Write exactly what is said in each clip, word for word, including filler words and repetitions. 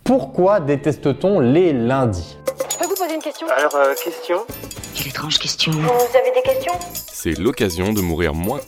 Pourquoi déteste-t-on les lundis? Je peux vous poser une question? Alors, euh, question? Quelle étrange question. Vous avez des questions? C'est l'occasion de mourir moins.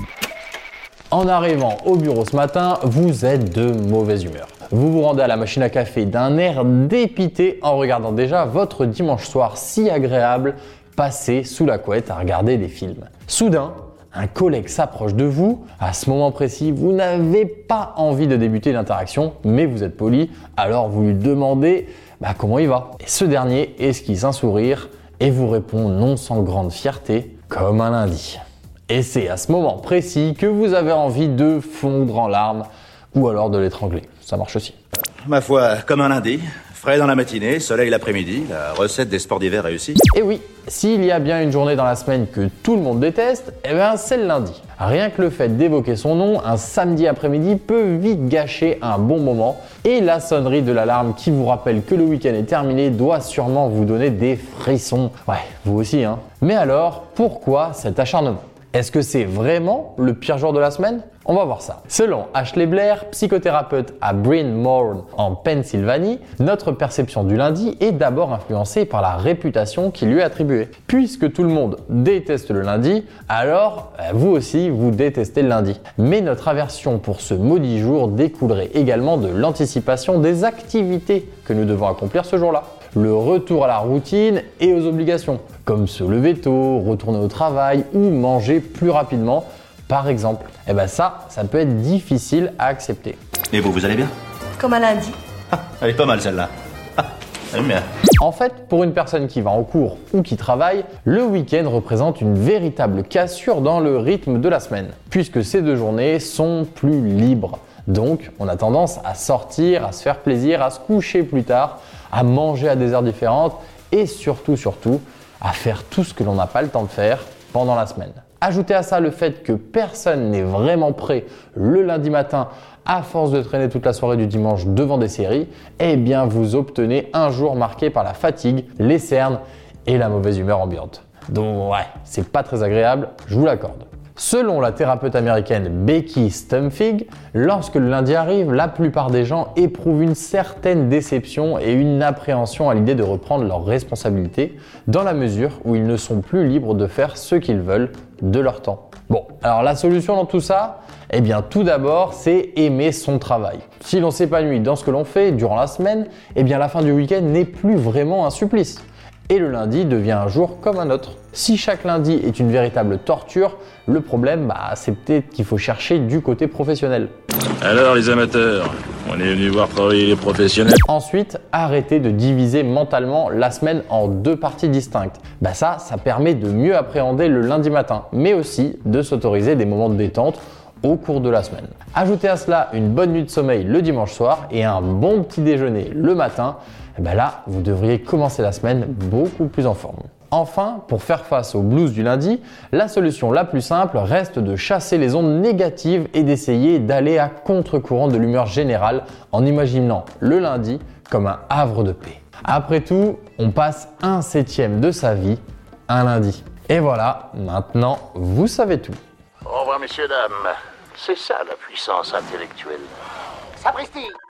En arrivant au bureau ce matin, vous êtes de mauvaise humeur. Vous vous rendez à la machine à café d'un air dépité en regardant déjà votre dimanche soir si agréable passer sous la couette à regarder des films. Soudain, un collègue s'approche de vous. À ce moment précis, vous n'avez pas envie de débuter l'interaction, mais vous êtes poli, alors vous lui demandez bah, comment il va. Et ce dernier esquisse un sourire et vous répond non sans grande fierté, comme un lundi. Et c'est à ce moment précis que vous avez envie de fondre en larmes ou alors de l'étrangler. Ça marche aussi. Ma foi, comme un lundi, frais dans la matinée, soleil l'après-midi, la recette des sports d'hiver réussie. Et oui, s'il y a bien une journée dans la semaine que tout le monde déteste, eh bien c'est le lundi. Rien que le fait d'évoquer son nom, un samedi après-midi peut vite gâcher un bon moment et la sonnerie de l'alarme qui vous rappelle que le week-end est terminé doit sûrement vous donner des frissons. Ouais, vous aussi hein. Mais alors, pourquoi cet acharnement ? Est-ce que c'est vraiment le pire jour de la semaine? On va voir ça. Selon Ashley Blair, psychothérapeute à Bryn Mawr en Pennsylvanie, notre perception du lundi est d'abord influencée par la réputation qui lui est attribuée. Puisque tout le monde déteste le lundi, alors vous aussi vous détestez le lundi. Mais notre aversion pour ce maudit jour découlerait également de l'anticipation des activités que nous devons accomplir ce jour-là. Le retour à la routine et aux obligations, comme se lever tôt, retourner au travail ou manger plus rapidement, par exemple. Et ben ça, ça peut être difficile à accepter. Et vous, vous allez bien? Comme un lundi. Ah, elle est pas mal celle-là. Ah, elle aime bien. En fait, pour une personne qui va en cours ou qui travaille, le week-end représente une véritable cassure dans le rythme de la semaine, puisque ces deux journées sont plus libres. Donc, on a tendance à sortir, à se faire plaisir, à se coucher plus tard, à manger à des heures différentes et surtout, surtout, à faire tout ce que l'on n'a pas le temps de faire pendant la semaine. Ajoutez à ça le fait que personne n'est vraiment prêt le lundi matin à force de traîner toute la soirée du dimanche devant des séries, eh bien vous obtenez un jour marqué par la fatigue, les cernes et la mauvaise humeur ambiante. Donc ouais, c'est pas très agréable, je vous l'accorde. Selon la thérapeute américaine Becky Stumfig, lorsque le lundi arrive, la plupart des gens éprouvent une certaine déception et une appréhension à l'idée de reprendre leurs responsabilités dans la mesure où ils ne sont plus libres de faire ce qu'ils veulent de leur temps. Bon, alors la solution dans tout ça, eh bien tout d'abord, c'est aimer son travail. Si l'on s'épanouit dans ce que l'on fait durant la semaine, eh bien la fin du week-end n'est plus vraiment un supplice. Et le lundi devient un jour comme un autre. Si chaque lundi est une véritable torture, le problème, bah, c'est peut-être qu'il faut chercher du côté professionnel. Alors les amateurs, on est venu voir travailler les professionnels. Ensuite, arrêtez de diviser mentalement la semaine en deux parties distinctes. Bah ça, ça permet de mieux appréhender le lundi matin, mais aussi de s'autoriser des moments de détente au cours de la semaine. Ajoutez à cela une bonne nuit de sommeil le dimanche soir et un bon petit déjeuner le matin. Et ben là, vous devriez commencer la semaine beaucoup plus en forme. Enfin, pour faire face au blues du lundi, la solution la plus simple reste de chasser les ondes négatives et d'essayer d'aller à contre-courant de l'humeur générale en imaginant le lundi comme un havre de paix. Après tout, on passe un septième de sa vie un lundi. Et voilà, maintenant, vous savez tout. Au revoir, messieurs, dames. C'est ça la puissance intellectuelle. Sapristi!